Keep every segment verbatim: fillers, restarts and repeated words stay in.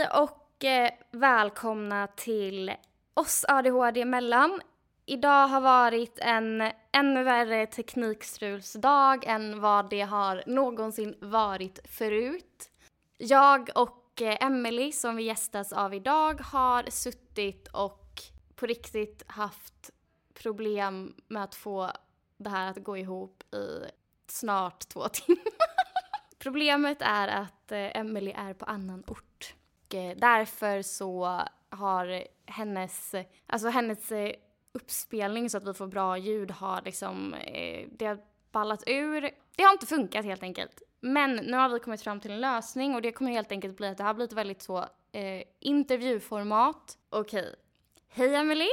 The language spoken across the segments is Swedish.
och eh, välkomna till oss A D H D emellan. Idag har varit en ännu värre teknikstrulsdag än vad det har någonsin varit förut. Jag och eh, Emily som vi gästas av idag har suttit och på riktigt haft problem med att få det här att gå ihop i snart två timmar. Problemet är att Emily är på annan ort. Och därför så har hennes, alltså hennes uppspelning så att vi får bra ljud har liksom, det har ballat ur. Det har inte funkat helt enkelt. Men nu har vi kommit fram till en lösning och det kommer helt enkelt bli att det har blivit väldigt så eh, intervjuformat. Okej. Hej Emily!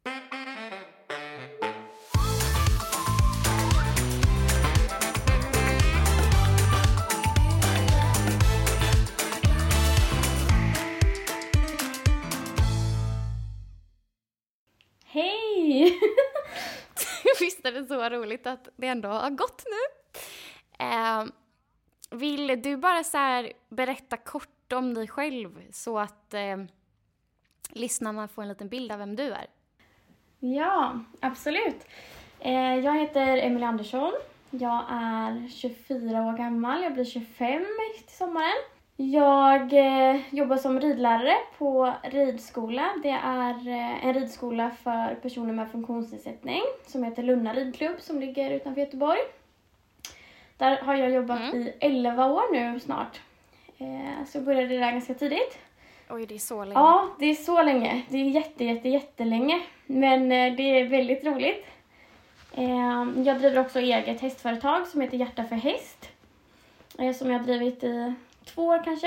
Hej! Visst är det så roligt att det ändå har gått nu. Eh, vill du bara så här berätta kort om dig själv så att eh, lyssnarna får en liten bild av vem du är? Ja, absolut. Eh, jag heter Emily Andersson. Jag är tjugofyra år gammal. Jag blir tjugofem till sommaren. Jag eh, jobbar som ridlärare på ridskola. Det är eh, en ridskola för personer med funktionsnedsättning som heter Lunna ridklubb som ligger utanför Göteborg. Där har jag jobbat mm. i elva år nu snart. Eh, så började det där ganska tidigt. Oj, det är så länge. Ja, det är så länge. Det är jätte, jätte, jättelänge. Men eh, det är väldigt roligt. Eh, jag driver också eget hästföretag som heter Hjärta för häst. Eh, som jag har drivit i två år kanske.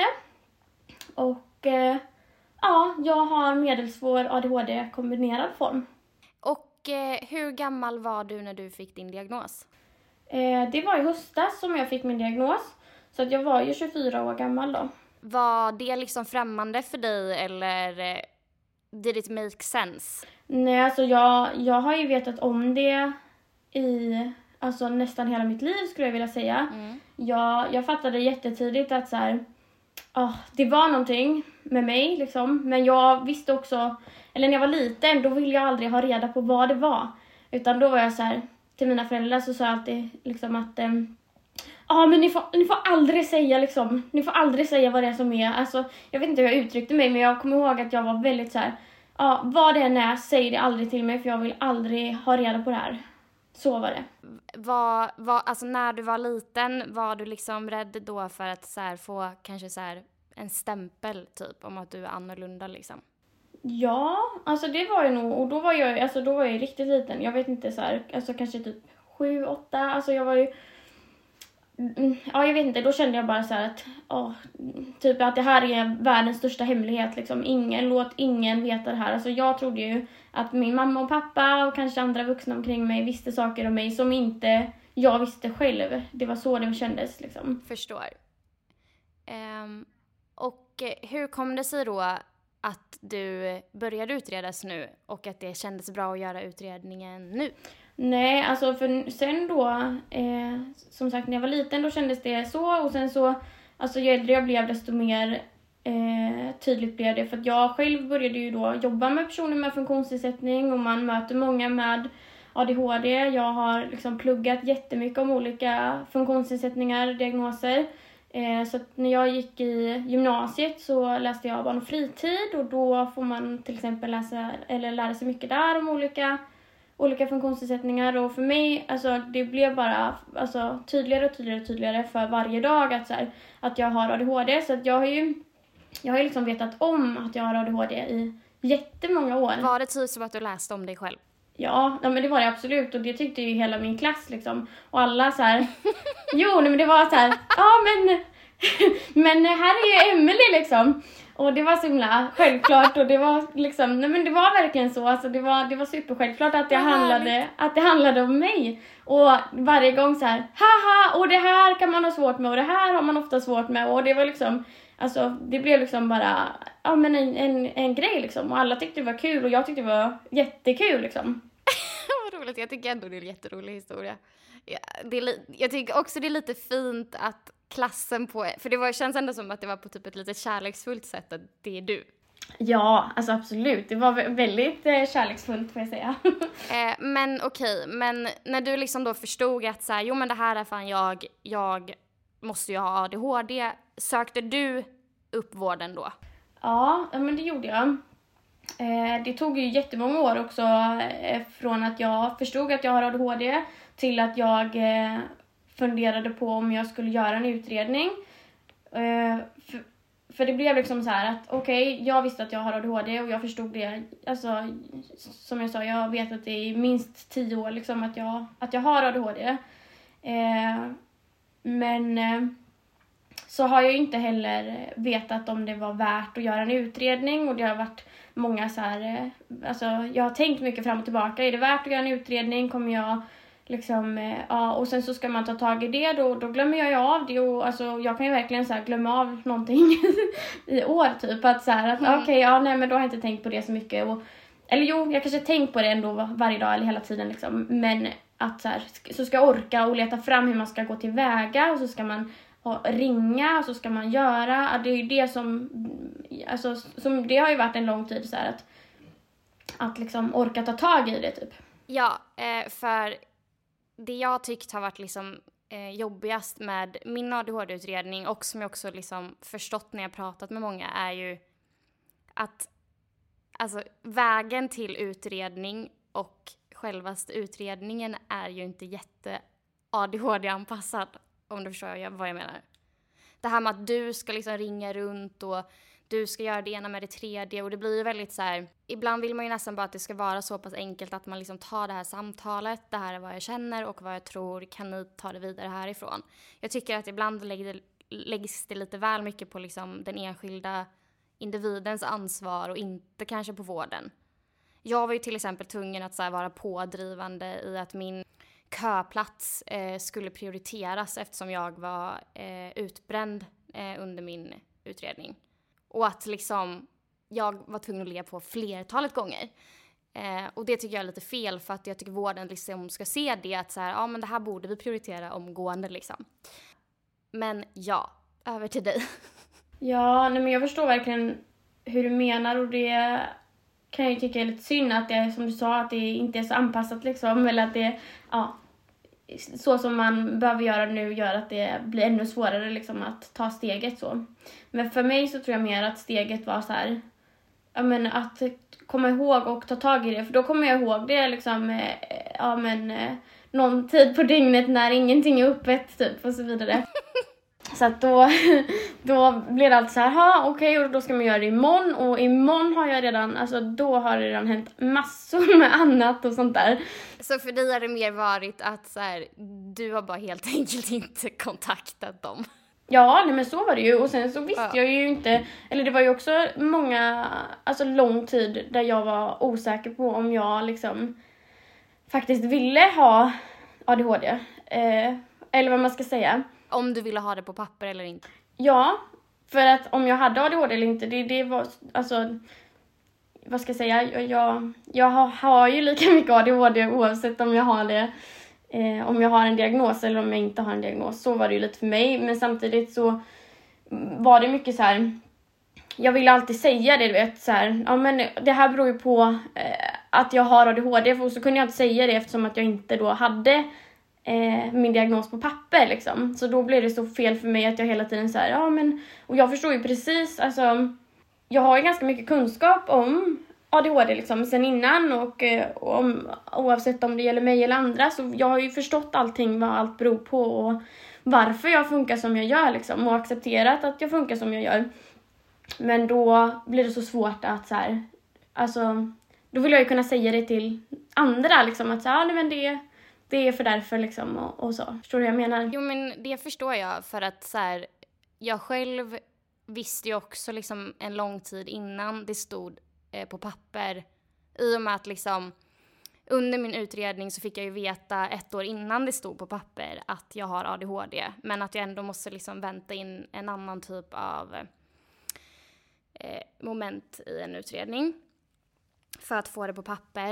Och eh, ja, jag har medelsvår A D H D kombinerad form. Och eh, hur gammal var du när du fick din diagnos? Eh, det var i höstas som jag fick min diagnos. Så att jag var ju tjugofyra år gammal då. Var det liksom främmande för dig eller eh, did it make sense? Nej, alltså jag, jag har ju vetat om det i alltså nästan hela mitt liv skulle jag vilja säga. Mm. Jag, jag fattade jättetidigt att så här, oh, det var någonting med mig liksom. Men jag visste också, eller när jag var liten då ville jag aldrig ha reda på vad det var. Utan då var jag så här, till mina föräldrar så sa jag alltid liksom att ja ah, men ni får, ni får aldrig säga liksom, ni får aldrig säga vad det är som är. Alltså jag vet inte hur jag uttryckte mig men jag kommer ihåg att jag var väldigt så här, ja ah, vad det än är, säg det aldrig till mig för jag vill aldrig ha reda på det här. Så var det. Var, var, alltså när du var liten, var du liksom rädd då för att så här, få kanske så här, en stämpel typ om att du är annorlunda liksom? Ja, alltså det var ju nog, och då var jag, alltså då var jag riktigt liten. Jag vet inte så här, alltså kanske typ sju, åtta, alltså jag var ju, ja jag vet inte, då kände jag bara så här att, åh, typ att det här är världens största hemlighet liksom. Ingen, låt ingen veta det här. Alltså jag trodde ju att min mamma och pappa och kanske andra vuxna omkring mig visste saker om mig som inte jag visste själv. Det var så det kändes liksom. Förstår. Um, och hur kom det sig då att du började utredas nu och att det kändes bra att göra utredningen nu? Nej, alltså för sen då, eh, som sagt när jag var liten då kändes det så och sen så, alltså ju äldre jag blev desto mer eh, tydligt blev det för att jag själv började ju då jobba med personer med funktionsnedsättning och man möter många med A D H D. Jag har liksom pluggat jättemycket om olika funktionsnedsättningar, diagnoser. Eh, så att när jag gick i gymnasiet så läste jag barn och fritid och då får man till exempel läsa eller lära sig mycket där om olika olika funktionsnedsättningar och för mig alltså det blev bara alltså tydligare och tydligare och tydligare för varje dag att så här, att jag har A D H D så att jag har ju jag har ju liksom vetat om att jag har A D H D i jättemånga år. Var det typ som att du läste om dig själv? Ja, ja men det var det absolut och det tyckte ju hela min klass liksom och alla så här jo nej, men det var så här ja men men här är ju Emily liksom. Och det var så himla självklart och det var liksom, nej men det var verkligen så, alltså det var, det var supersjälvklart att det, handlade, att det handlade om mig. Och varje gång så här, haha, och det här kan man ha svårt med och det här har man ofta svårt med. Och det var liksom, alltså det blev liksom bara, ja men en, en, en grej liksom. Och alla tyckte det var kul och jag tyckte det var jättekul liksom. Vad roligt, jag tycker ändå det är en jätterolig historia. Ja, det är li- jag tycker också det är lite fint att klassen på, för det var, känns ändå som att det var på typ ett lite kärleksfullt sätt att det är du. Ja, alltså absolut. Det var väldigt eh, kärleksfullt får jag säga. eh, men okej, okay, men när du liksom då förstod att så här, jo men det här är fan jag, jag måste ju ha A D H D, sökte du upp vården då? Ja, men det gjorde jag. Eh, det tog ju jättemånga år också eh, från att jag förstod att jag har A D H D till att jag eh, funderade på om jag skulle göra en utredning. Eh, för, för det blev liksom så här att okej, okay, jag visste att jag har A D H D och jag förstod det. Alltså, som jag sa, jag vet att det är minst tio år liksom att jag, att jag har A D H D. Eh, men... Eh, så har jag inte heller vetat om det var värt att göra en utredning. Och det har varit många så här... Alltså, jag har tänkt mycket fram och tillbaka. Är det värt att göra en utredning? Kommer jag liksom... Ja, och sen så ska man ta tag i det. Då, då glömmer jag ju av det. Och alltså, jag kan ju verkligen så här glömma av någonting i år typ. Att så här, att mm. okej, okay, ja nej men då har jag inte tänkt på det så mycket. Och, eller jo, jag kanske tänkt på det ändå varje dag eller hela tiden liksom. Men att så här, så ska jag orka och leta fram hur man ska gå tillväga. Och så ska man... och ringa, och så ska man göra. Det är ju det som, alltså, som det har ju varit en lång tid så här att, att liksom orka ta tag i det typ. Ja, för det jag tyckt har varit liksom jobbigast med min A D H D-utredning och som jag också liksom förstått när jag pratat med många är ju att alltså, vägen till utredning och självaste utredningen är ju inte jätte A D H D-anpassad. Om du förstår vad jag menar. Det här med att du ska liksom ringa runt och du ska göra det ena med det tredje. Och det blir ju väldigt så här... Ibland vill man ju nästan bara att det ska vara så pass enkelt att man liksom tar det här samtalet. Det här är vad jag känner och vad jag tror. Kan ni ta det vidare härifrån? Jag tycker att ibland lägger, läggs det lite väl mycket på liksom den enskilda individens ansvar och inte kanske på vården. Jag var ju till exempel tvungen att så här, vara pådrivande i att min... köplats eh, skulle prioriteras eftersom jag var eh, utbränd eh, under min utredning. Och att liksom jag var tvungen att le på flertalet gånger. Eh, och det tycker jag är lite fel för att jag tycker vården liksom ska se det att så här, ja men det här borde vi prioritera omgående liksom. Men ja, över till dig. Ja, nej men jag förstår verkligen hur du menar och det kan jag ju tycka är lite synd att det är som du sa att det inte är så anpassat liksom eller att det ja så som man behöver göra nu gör att det blir ännu svårare liksom att ta steget så. Men för mig så tror jag mer att steget var så här ja men att komma ihåg och ta tag i det för då kommer jag ihåg det liksom ja men någon tid på dygnet när ingenting är öppet typ och så vidare. Så att då, då blir det allt så här, ha okej, okay, och då ska man göra det imorgon. Och imorgon har jag redan, alltså då har det redan hänt massor med annat och sånt där. Så för dig har det mer varit att så här, du har bara helt enkelt inte kontaktat dem? Ja, nej men så var det ju. Och sen så visste ja. jag ju inte, eller det var ju också många, alltså lång tid där jag var osäker på om jag liksom faktiskt ville ha A D H D. Eh, eller vad man ska säga. Om du ville ha det på papper eller inte? Ja, för att om jag hade A D H D eller inte, det, det var, alltså, vad ska jag säga, jag, jag, jag har, har ju lika mycket A D H D oavsett om jag har det, eh, om jag har en diagnos eller om jag inte har en diagnos. Så var det ju lite för mig, men samtidigt så var det mycket så här, jag ville alltid säga det, du vet, så här, ja men det här beror ju på eh, att jag har A D H D, för så kunde jag inte säga det eftersom att jag inte då hade Eh, min diagnos på papper liksom. Så då blev det så fel för mig att jag hela tiden så här, ja men, och jag förstår ju precis, alltså jag har ju ganska mycket kunskap om A D H D liksom sen innan och eh, om, oavsett om det gäller mig eller andra, så jag har ju förstått allting, vad allt beror på och varför jag funkar som jag gör liksom, och accepterat att jag funkar som jag gör. Men då blir det så svårt att så här, alltså då vill jag ju kunna säga det till andra liksom, att så här, ja men det Det är för därför liksom och, och så. Förstår du vad jag menar? Jo men det förstår jag för att så här, jag själv visste ju också liksom en lång tid innan det stod eh, på papper. I och med att liksom under min utredning så fick jag ju veta ett år innan det stod på papper att jag har A D H D. Men att jag ändå måste liksom vänta in en annan typ av eh, moment i en utredning för att få det på papper.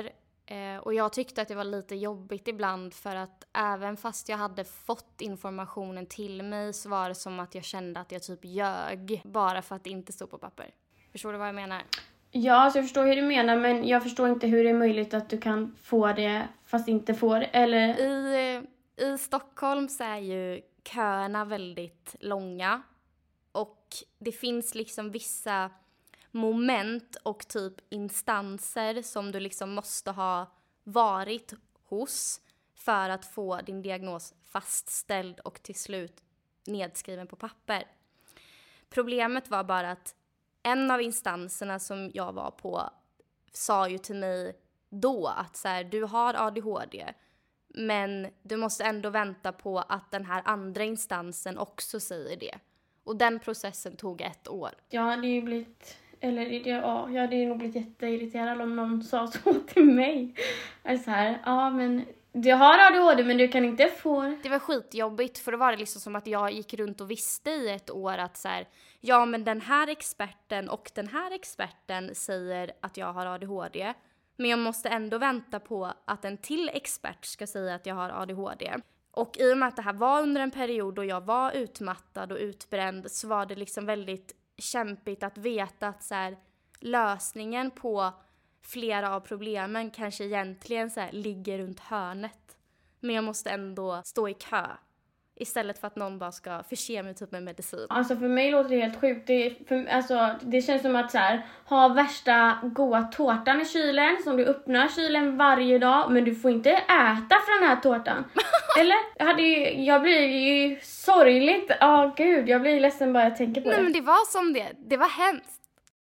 Eh, och jag tyckte att det var lite jobbigt ibland för att även fast jag hade fått informationen till mig så var det som att jag kände att jag typ ljög bara för att det inte stod på papper. Förstår du vad jag menar? Ja, alltså jag förstår hur du menar, men jag förstår inte hur det är möjligt att du kan få det fast inte får det, eller? I, I Stockholm så är ju köerna väldigt långa och det finns liksom vissa moment och typ instanser som du liksom måste ha varit hos för att få din diagnos fastställd och till slut nedskriven på papper. Problemet var bara att en av instanserna som jag var på sa ju till mig då att så här, du har A D H D, men du måste ändå vänta på att den här andra instansen också säger det. Och den processen tog ett år. Jag hade ju blivit, eller ja, jag hade ju nog blivit jätteirriterad om någon sa så till mig. Alltså här, ja men du har A D H D men du kan inte få. Det var skitjobbigt för då var det liksom som att jag gick runt och visste i ett år att så här, ja men den här experten och den här experten säger att jag har A D H D. Men jag måste ändå vänta på att en till expert ska säga att jag har A D H D. Och i och med att det här var under en period då jag var utmattad och utbränd så var det liksom väldigt kämpigt att veta att så här, lösningen på flera av problemen kanske egentligen så här, ligger runt hörnet. Men jag måste ändå stå i kö. Istället för att någon bara ska förse mig typ med medicin. Alltså för mig låter det helt sjukt. Det, för, alltså, det känns som att så här, ha värsta goda tårtan i kylen som du öppnar kylen varje dag. Men du får inte äta från den här tårtan. Eller? Jag, hade ju, jag blir ju sorgligt. Ja, oh, gud. Jag blir ledsen bara jag tänker på Nej, det. Men det var som det. Det var hemskt.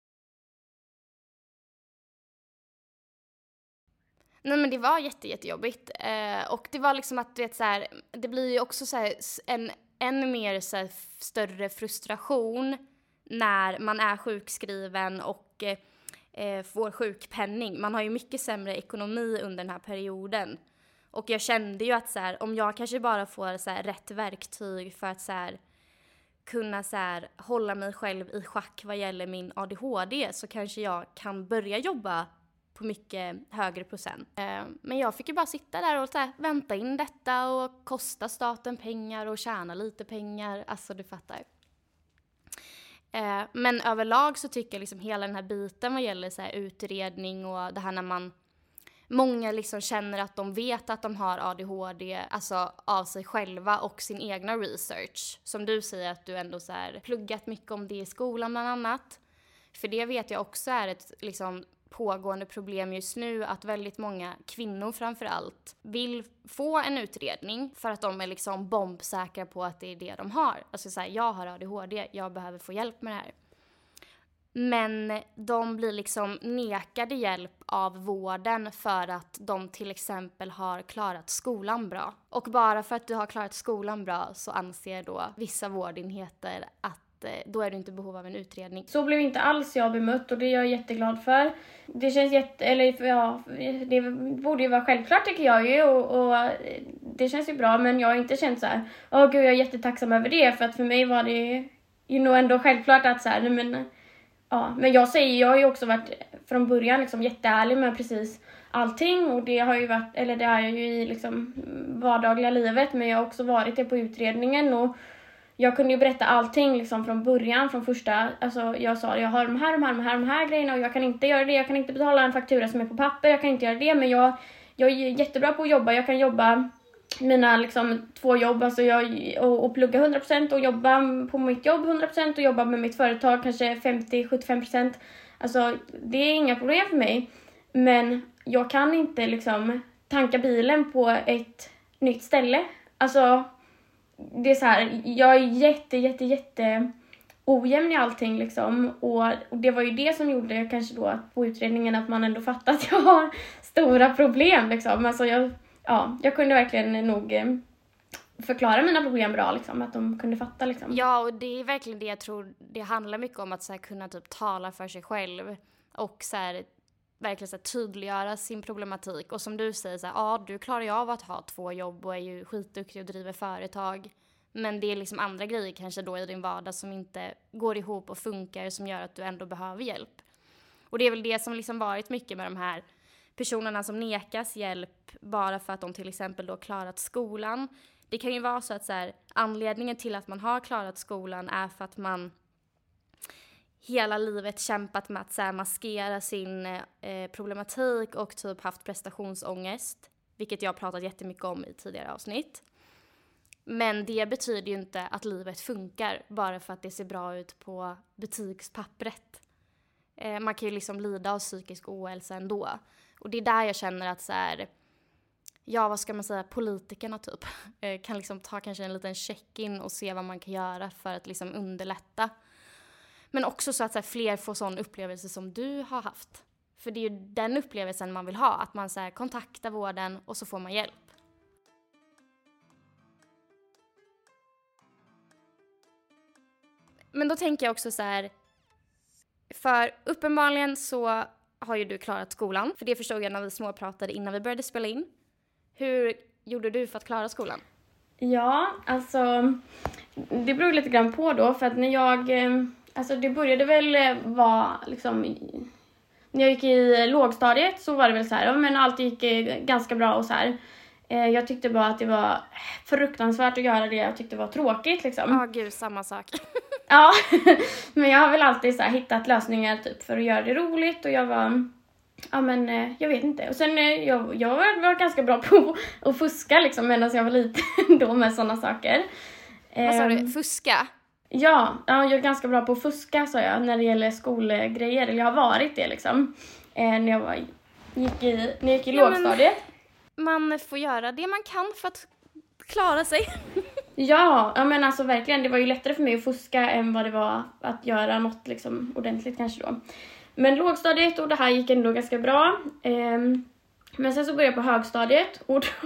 Nej men det var jätte, jättejobbigt. Eh, och det var liksom att du vet, så här, det blir ju också så här, en ännu mer så här, större frustration när man är sjukskriven och eh, får sjukpenning. Man har ju mycket sämre ekonomi under den här perioden. Och jag kände ju att så här, om jag kanske bara får så här, rätt verktyg för att så här, kunna så här, hålla mig själv i schack vad gäller min A D H D så kanske jag kan börja jobba på mycket högre procent. Eh, men jag fick ju bara sitta där och så här, vänta in detta och kosta staten pengar och tjäna lite pengar. Alltså du fattar. Eh, men överlag så tycker jag liksom hela den här biten vad gäller så här, utredning och det här när man många liksom känner att de vet att de har A D H D, alltså av sig själva och sin egna research. Som du säger att du ändå så här, pluggat mycket om det i skolan bland annat. För det vet jag också är ett liksom pågående problem just nu att väldigt många kvinnor framförallt vill få en utredning för att de är liksom bombsäkra på att det är det de har. Alltså så här, jag har A D H D, jag behöver få hjälp med det här. Men de blir liksom nekade hjälp av vården för att de till exempel har klarat skolan bra. Och bara för att du har klarat skolan bra så anser då vissa vårdenheter att då är du inte i behov av en utredning. Så blev inte alls jag bemött och det är jag jätteglad för. Det känns jätte, eller ja, det borde ju vara självklart tycker jag ju och, och det känns ju bra men jag har inte känt så här, åh gud jag är jättetacksam över det för att för mig var det ju nog ändå självklart att så här, men ja, men jag säger, jag har ju också varit från början liksom jätteärlig med precis allting och det har ju varit, eller det är ju i liksom vardagliga livet men jag har också varit det på utredningen och jag kunde ju berätta allting liksom från början, från första, alltså jag sa jag har de här, de här, de här, de här grejerna och jag kan inte göra det, jag kan inte betala en faktura som är på papper, jag kan inte göra det men jag, jag är jättebra på att jobba, jag kan jobba mina liksom två jobb, alltså jag, och, och plugga hundra procent och jobba på mitt jobb hundra procent och jobba med mitt företag kanske femtio till sjuttiofem procent. Alltså det är inga problem för mig. Men jag kan inte liksom tanka bilen på ett nytt ställe. Alltså det är så här, jag är jätte jätte jätte ojämn i allting liksom och, och det var ju det som gjorde kanske då på utredningen att man ändå fattar att jag har stora problem liksom. Alltså jag Ja, jag kunde verkligen nog eh, förklara mina problem bra, liksom, att de kunde fatta. Liksom. Ja, och det är verkligen det jag tror det handlar mycket om, att så här, kunna typ tala för sig själv och så här, verkligen så här, tydliggöra sin problematik. Och som du säger, så här, ja, du klarar ju av att ha två jobb och är ju skitduktig och driver företag. Men det är liksom andra grejer kanske då i din vardag som inte går ihop och funkar som gör att du ändå behöver hjälp. Och det är väl det som liksom varit mycket med de här personerna som nekas hjälp bara för att de till exempel då klarat skolan. Det kan ju vara så att så här, anledningen till att man har klarat skolan är för att man hela livet kämpat med att så här, maskera sin eh, problematik och typ haft prestationsångest. Vilket jag har pratat jättemycket om i tidigare avsnitt. Men det betyder ju inte att livet funkar bara för att det ser bra ut på betygspappret. Eh, man kan ju liksom lida av psykisk ohälsa ändå. Och det är där jag känner att så här, ja, vad ska man säga, politikerna typ eh, kan liksom ta kanske en liten check-in och se vad man kan göra för att liksom underlätta. Men också så att så här, fler får sån upplevelse som du har haft. För det är ju den upplevelsen man vill ha, att man så här, kontaktar vården och så får man hjälp. Men då tänker jag också så här, för uppenbarligen så har ju du klarat skolan. För det förstod jag när vi småpratade innan vi började spela in. Hur gjorde du för att klara skolan? Ja, alltså det beror lite grann på då. För att när jag, alltså det började väl vara liksom, när jag gick i lågstadiet så var det väl så här, men allt gick ganska bra och så här. Jag tyckte bara att det var fruktansvärt att göra det jag tyckte var tråkigt liksom. Ja, oh, gud, samma sak. Ja, men jag har väl alltid så här hittat lösningar typ för att göra det roligt och jag var, ja men jag vet inte. Och sen jag, jag var ganska bra på att fuska liksom medan jag var liten då med sådana saker. Vad sa du? Fuska? Ja, ja, jag är ganska bra på att fuska sa jag när det gäller skolgrejer. Eller jag har varit det liksom. När jag var, gick i, när jag gick i ja, lågstadiet. Man får göra det man kan för att klara sig. Ja, ja, men alltså verkligen. Det var ju lättare för mig att fuska än vad det var att göra något liksom ordentligt kanske då. Men lågstadiet och det här gick ändå ganska bra. Ehm, men sen så började jag på högstadiet. Och då,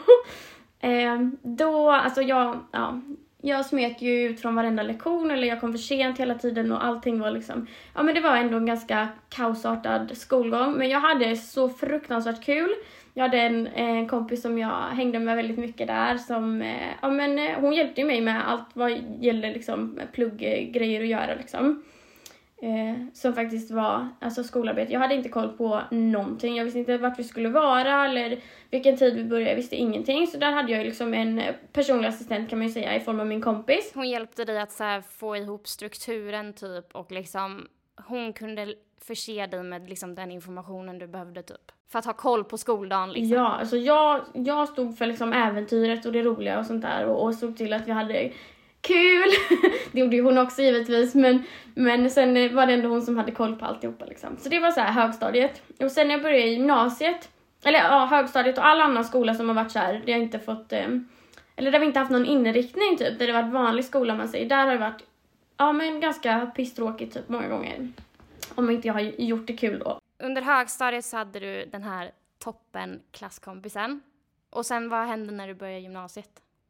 ehm, då alltså jag, ja, jag smet ju ut från varenda lektion. Eller jag kom för sent hela tiden och allting var liksom, ja men det var ändå en ganska kaosartad skolgång. Men jag hade så fruktansvärt kul. Jag hade en, en kompis som jag hängde med väldigt mycket där. Som, eh, ja, men, eh, hon hjälpte mig med allt vad gäller liksom, plugggrejer att göra. Liksom. Eh, som faktiskt var alltså, skolarbete. Jag hade inte koll på någonting. Jag visste inte vart vi skulle vara eller vilken tid vi började. Jag visste ingenting. Så där hade jag liksom en personlig assistent kan man ju säga i form av min kompis. Hon hjälpte dig att så här, få ihop strukturen typ och liksom hon kunde förse dig med liksom, den informationen du behövde typ. För att ha koll på skoldagen liksom. Ja, alltså jag, jag stod för liksom äventyret och det roliga och sånt där. Och, och såg till att vi hade kul. Det gjorde ju hon också givetvis. Men, men sen var det ändå hon som hade koll på alltihopa liksom. Så det var så här högstadiet. Och sen när jag började i gymnasiet. Eller ja, högstadiet och all annan skola som har varit så här. Det har inte fått, eh, eller där vi inte haft någon inriktning typ. Där det varit vanlig skola man säger. Där har det varit, ja men ganska pisstråkigt typ många gånger. Om inte jag har gjort det kul då. Under högstadiet så hade du den här toppen klasskompisen. Och sen vad hände när du började gymnasiet?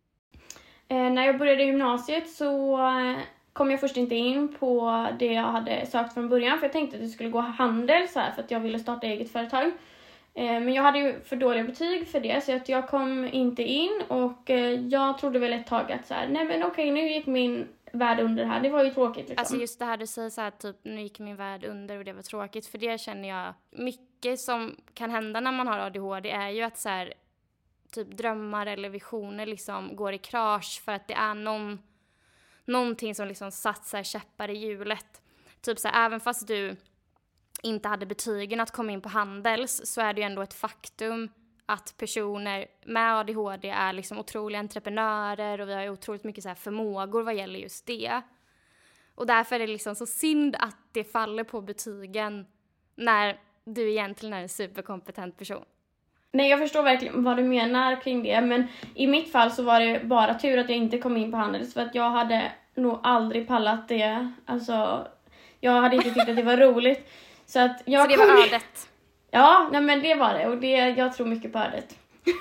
Eh, när jag började gymnasiet så eh, kom jag först inte in på det jag hade sökt från början. För jag tänkte att det skulle gå handel så här, för att jag ville starta eget företag. Eh, men jag hade ju för dåliga betyg för det så att jag kom inte in. Och eh, jag trodde väl ett tag att så här, nej men okej nu gick min värld under här. Det var ju tråkigt liksom. Alltså just det här du säger så här typ nu gick min värld under och det var tråkigt. För det känner jag mycket som kan hända när man har A D H D är ju att så här typ drömmar eller visioner liksom går i krasch för att det är någon någonting som liksom satsar käppar i hjulet. Typ så här, även fast du inte hade betygen att komma in på Handels så är det ju ändå ett faktum att personer med A D H D är liksom otroliga entreprenörer och vi har ju otroligt mycket så här förmågor vad gäller just det. Och därför är det liksom så synd att det faller på betygen när du egentligen är en superkompetent person. Nej, jag förstår verkligen vad du menar kring det. Men i mitt fall så var det bara tur att jag inte kom in på Handels. För att jag hade nog aldrig pallat det. Alltså, jag hade inte tyckt att det var roligt. Så, att jag så det var ödet? Ja, nej, men det var det. Och det, jag tror mycket på ödet.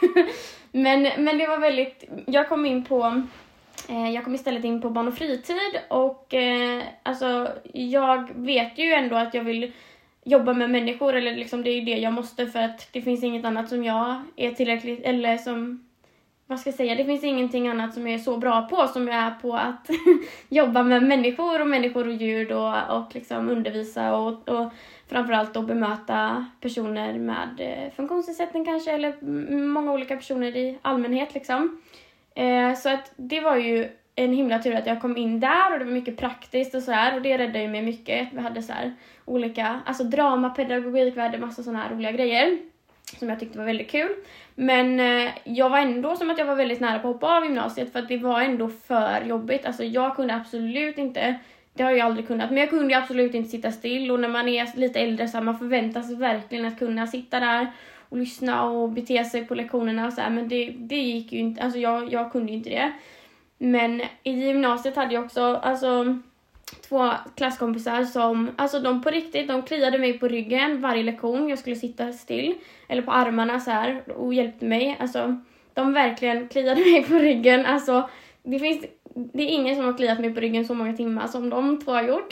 men, men det var väldigt... Jag kom in på... Eh, jag kom istället in på barn och fritid. Och eh, alltså, jag vet ju ändå att jag vill jobba med människor. Eller liksom det är ju det jag måste för att det finns inget annat som jag är tillräckligt... Eller som vad ska jag säga, det finns ingenting annat som jag är så bra på som jag är på att jobba med människor och människor och djur då, och liksom undervisa och, och framförallt då bemöta personer med funktionsnedsättning kanske, eller många olika personer i allmänhet liksom. Eh, så att det var ju en himla tur att jag kom in där, och det var mycket praktiskt och så här, och det räddade ju mig mycket. Vi hade så här olika, alltså drama, pedagogik, vi hade massa såna här roliga grejer som jag tyckte var väldigt kul. Men eh, jag var ändå som att jag var väldigt nära på att hoppa av gymnasiet, för att det var ändå för jobbigt. Alltså jag kunde absolut inte, det har jag aldrig kunnat, men jag kunde absolut inte sitta still, och när man är lite äldre så här, man förväntas verkligen att kunna sitta där och lyssna och bete sig på lektionerna och så här, men det, det gick ju inte, alltså jag, jag kunde inte det. Men i gymnasiet hade jag också alltså två klasskompisar som, alltså de på riktigt, de kliade mig på ryggen varje lektion. Jag skulle sitta still, eller på armarna så här, och hjälpte mig. Alltså de verkligen kliade mig på ryggen. Alltså det finns, det är ingen som har kliat mig på ryggen så många timmar som de två har gjort.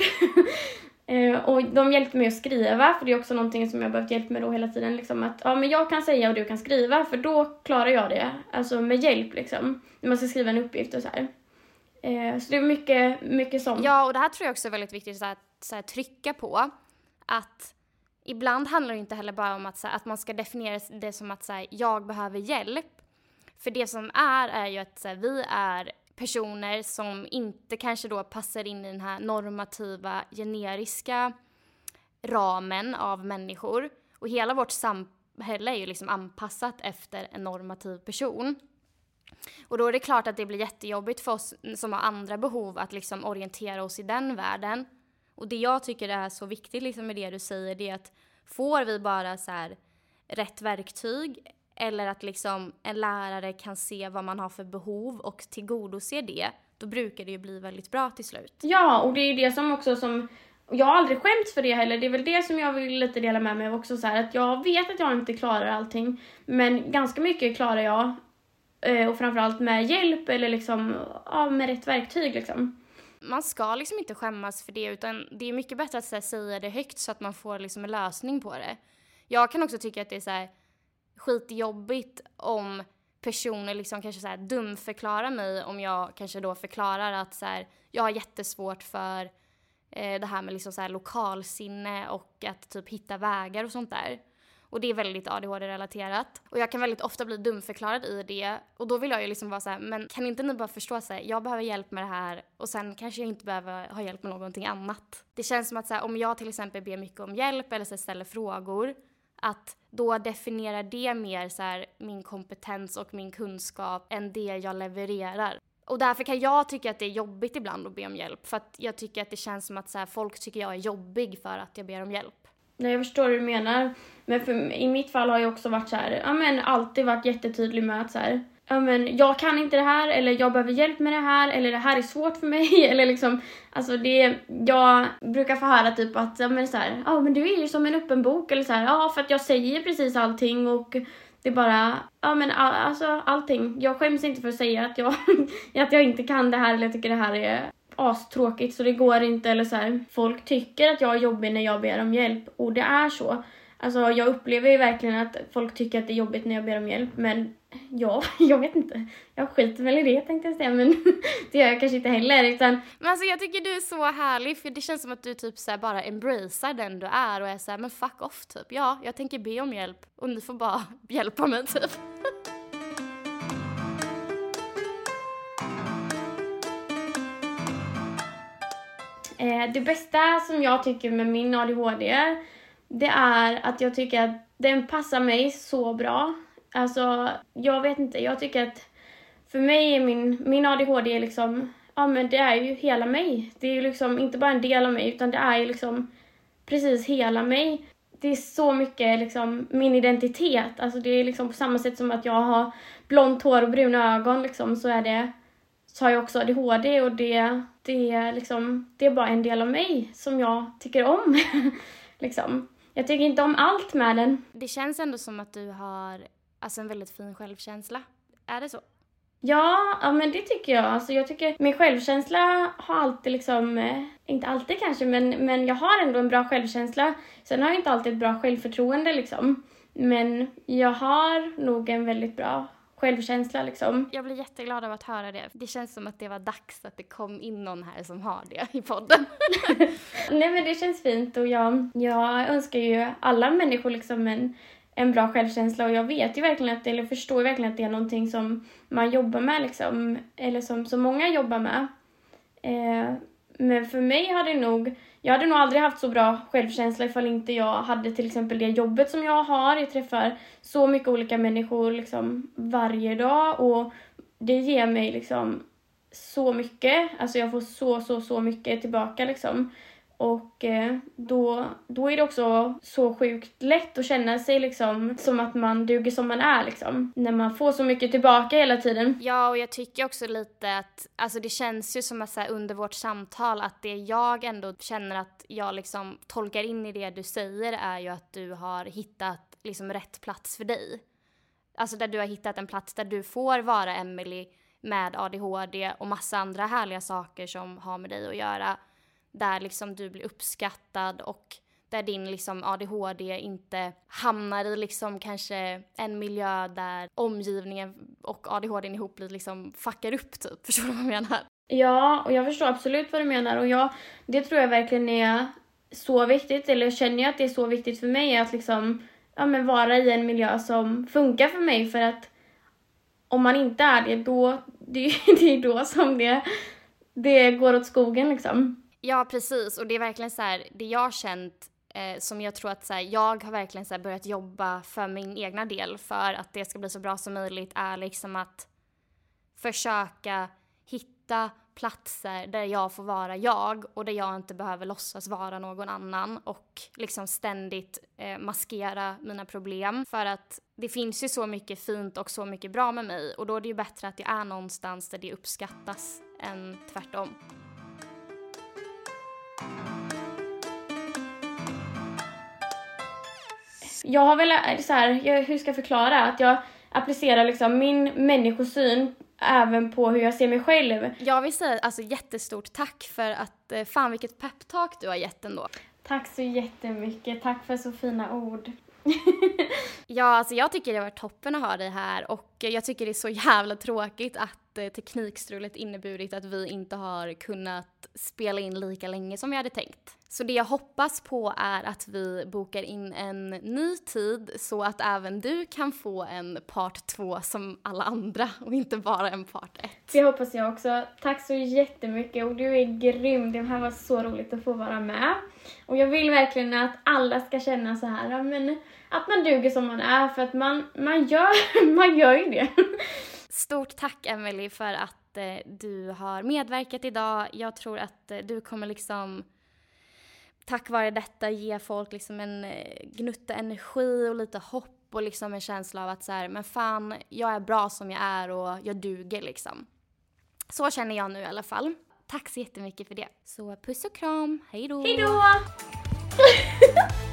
Och de hjälpte mig att skriva, för det är också någonting som jag behövt hjälp med då hela tiden, liksom att ja, men jag kan säga och du kan skriva, för då klarar jag det, alltså med hjälp liksom, när man ska skriva en uppgift och så här. Eh, så det är mycket, mycket sånt. Ja, och det här tror jag också är väldigt viktigt så här, så här, trycka på, att ibland handlar det inte heller bara om att, så här, att man ska definiera det som att så här, jag behöver hjälp, för det som är är ju att så här, vi är personer som inte kanske då passar in i den här normativa, generiska ramen av människor. Och hela vårt samhälle är ju liksom anpassat efter en normativ person. Och då är det klart att det blir jättejobbigt för oss som har andra behov att liksom orientera oss i den världen. Och det jag tycker är så viktigt liksom med det du säger, det är att får vi bara så här rätt verktyg, eller att liksom en lärare kan se vad man har för behov och tillgodose det, då brukar det ju bli väldigt bra till slut. Ja, och det är det som också som, jag har aldrig skämts för det heller, det är väl det som jag vill lite dela med mig också så här, att jag vet att jag inte klarar allting, men ganska mycket klarar jag, och framförallt med hjälp eller liksom, ja, med rätt verktyg liksom. Man ska liksom inte skämmas för det, utan det är mycket bättre att så här, säga det högt så att man får liksom en lösning på det. Jag kan också tycka att det är så här skitjobbigt om personer liksom kanske så här dumförklarar mig, om jag kanske då förklarar att så här, jag har jättesvårt för eh, det här med liksom så här lokalsinne och att typ hitta vägar och sånt där. Och det är väldigt A D H D-relaterat. Och jag kan väldigt ofta bli dumförklarad i det. Och då vill jag ju liksom vara så här, men kan inte ni bara förstå så här, jag behöver hjälp med det här, och sen kanske jag inte behöver ha hjälp med någonting annat. Det känns som att så här, om jag till exempel ber mycket om hjälp eller så här, ställer frågor, att då definierar det mer så här, min kompetens och min kunskap än det jag levererar. Och därför kan jag tycka att det är jobbigt ibland att be om hjälp. För att jag tycker att det känns som att så här, folk tycker jag är jobbig för att jag ber om hjälp. Nej, jag förstår hur du menar. Men för, i mitt fall har jag också varit så här, ja men alltid varit jättetydlig med att så här, ja men jag kan inte det här, eller jag behöver hjälp med det här, eller det här är svårt för mig, eller liksom, alltså det, jag brukar få höra typ att, ja men så här, ja men du är ju som en öppen bok, eller så här, ja för att jag säger precis allting, och det är bara, ja men all, alltså allting. Jag skäms inte för att säga att jag, att jag inte kan det här, eller jag tycker det här är astråkigt så det går inte, eller så här. Folk tycker att jag är jobbig när jag ber om hjälp, och det är så. Alltså jag upplever ju verkligen att folk tycker att det är jobbigt när jag ber om hjälp, men ja, jag vet inte. Jag skiter väl i det, tänkte jag säga, men det gör jag kanske inte heller, utan... Men alltså jag tycker du är så härlig, för det känns som att du typ så här bara embracear den du är och är så här, men fuck off typ. Ja, jag tänker be om hjälp och ni får bara hjälpa mig typ. Det bästa som jag tycker med min A D H D, det är att jag tycker att den passar mig så bra. Alltså, jag vet inte, jag tycker att för mig är min, min A D H D liksom, ja men det är ju hela mig. Det är ju liksom inte bara en del av mig, utan det är ju liksom precis hela mig. Det är så mycket liksom min identitet. Alltså det är liksom på samma sätt som att jag har blont hår och bruna ögon liksom, så är det, så har jag också A D H D, och det, det, är liksom, det är bara en del av mig som jag tycker om. liksom. Jag tycker inte om allt med den. Det känns ändå som att du har alltså, en väldigt fin självkänsla. Är det så? Ja, ja men det tycker jag. Alltså, jag tycker min självkänsla har alltid liksom, eh, inte alltid kanske, men, men jag har ändå en bra självkänsla. Sen har jag inte alltid ett bra självförtroende liksom. Men jag har nog en väldigt bra självkänsla liksom. Jag blir jätteglad av att höra det. Det känns som att det var dags att det kom in någon här som har det i podden. Nej, men det känns fint, och jag, jag önskar ju alla människor liksom en, en bra självkänsla, och jag vet ju verkligen att, eller förstår ju verkligen att det är någonting som man jobbar med liksom, eller som så många jobbar med. Eh, men för mig hade nog, jag hade nog aldrig haft så bra självkänsla ifall inte jag hade till exempel det jobbet som jag har. Jag träffar så mycket olika människor liksom varje dag, och det ger mig liksom så mycket. Alltså jag får så, så, så mycket tillbaka liksom. Och eh, då, då är det också så sjukt lätt att känna sig liksom som att man duger som man är liksom. När man får så mycket tillbaka hela tiden. Ja, och jag tycker också lite att, alltså det känns ju som att så här, under vårt samtal att det jag ändå känner att jag liksom tolkar in i det du säger är ju att du har hittat liksom rätt plats för dig. Alltså där du har hittat en plats där du får vara Emily med A D H D och massa andra härliga saker som har med dig att göra. Där liksom du blir uppskattad och där din liksom A D H D inte hamnar i liksom kanske en miljö där omgivningen och A D H D ihop blir liksom fuckar upp typ. Förstår du vad jag menar? Ja, och jag förstår absolut vad du menar, och jag, det tror jag verkligen är så viktigt, eller jag känner att det är så viktigt för mig att liksom, ja, men vara i en miljö som funkar för mig, för att om man inte är det, då det, det är då som det, det går åt skogen liksom. Ja, precis. Och det är verkligen så här, det jag har känt eh, som jag tror att så här, jag har verkligen så här, börjat jobba för min egna del för att det ska bli så bra som möjligt är liksom att försöka hitta platser där jag får vara jag och där jag inte behöver låtsas vara någon annan och liksom ständigt eh, maskera mina problem, för att det finns ju så mycket fint och så mycket bra med mig, och då är det ju bättre att jag är någonstans där det uppskattas än tvärtom. Jag har väl så här, jag, hur ska jag förklara att jag applicerar liksom min människosyn även på hur jag ser mig själv. Jag vill säga alltså jättestort tack för att, fan vilket peptalk du har gett ändå. Tack så jättemycket, tack för så fina ord. Ja, alltså jag tycker det var toppen att ha dig här, och jag tycker det är så jävla tråkigt att eh, teknikstrulet inneburit att vi inte har kunnat spela in lika länge som vi hade tänkt. Så det jag hoppas på är att vi bokar in en ny tid så att även du kan få en part två som alla andra och inte bara en part ett. Det hoppas jag också. Tack så jättemycket, och du är grym. Det här var så roligt att få vara med. Och jag vill verkligen att alla ska känna så här, men att man duger som man är, för att man, man, gör, man gör ju det. Stort tack Emily för att eh, du har medverkat idag. Jag tror att eh, du kommer liksom tack vare detta ge folk liksom en eh, gnutta energi och lite hopp och liksom en känsla av att så här, men fan, jag är bra som jag är och jag duger liksom. Så känner jag nu i alla fall. Tack så jättemycket för det. Så puss och kram, hej då! Hej då!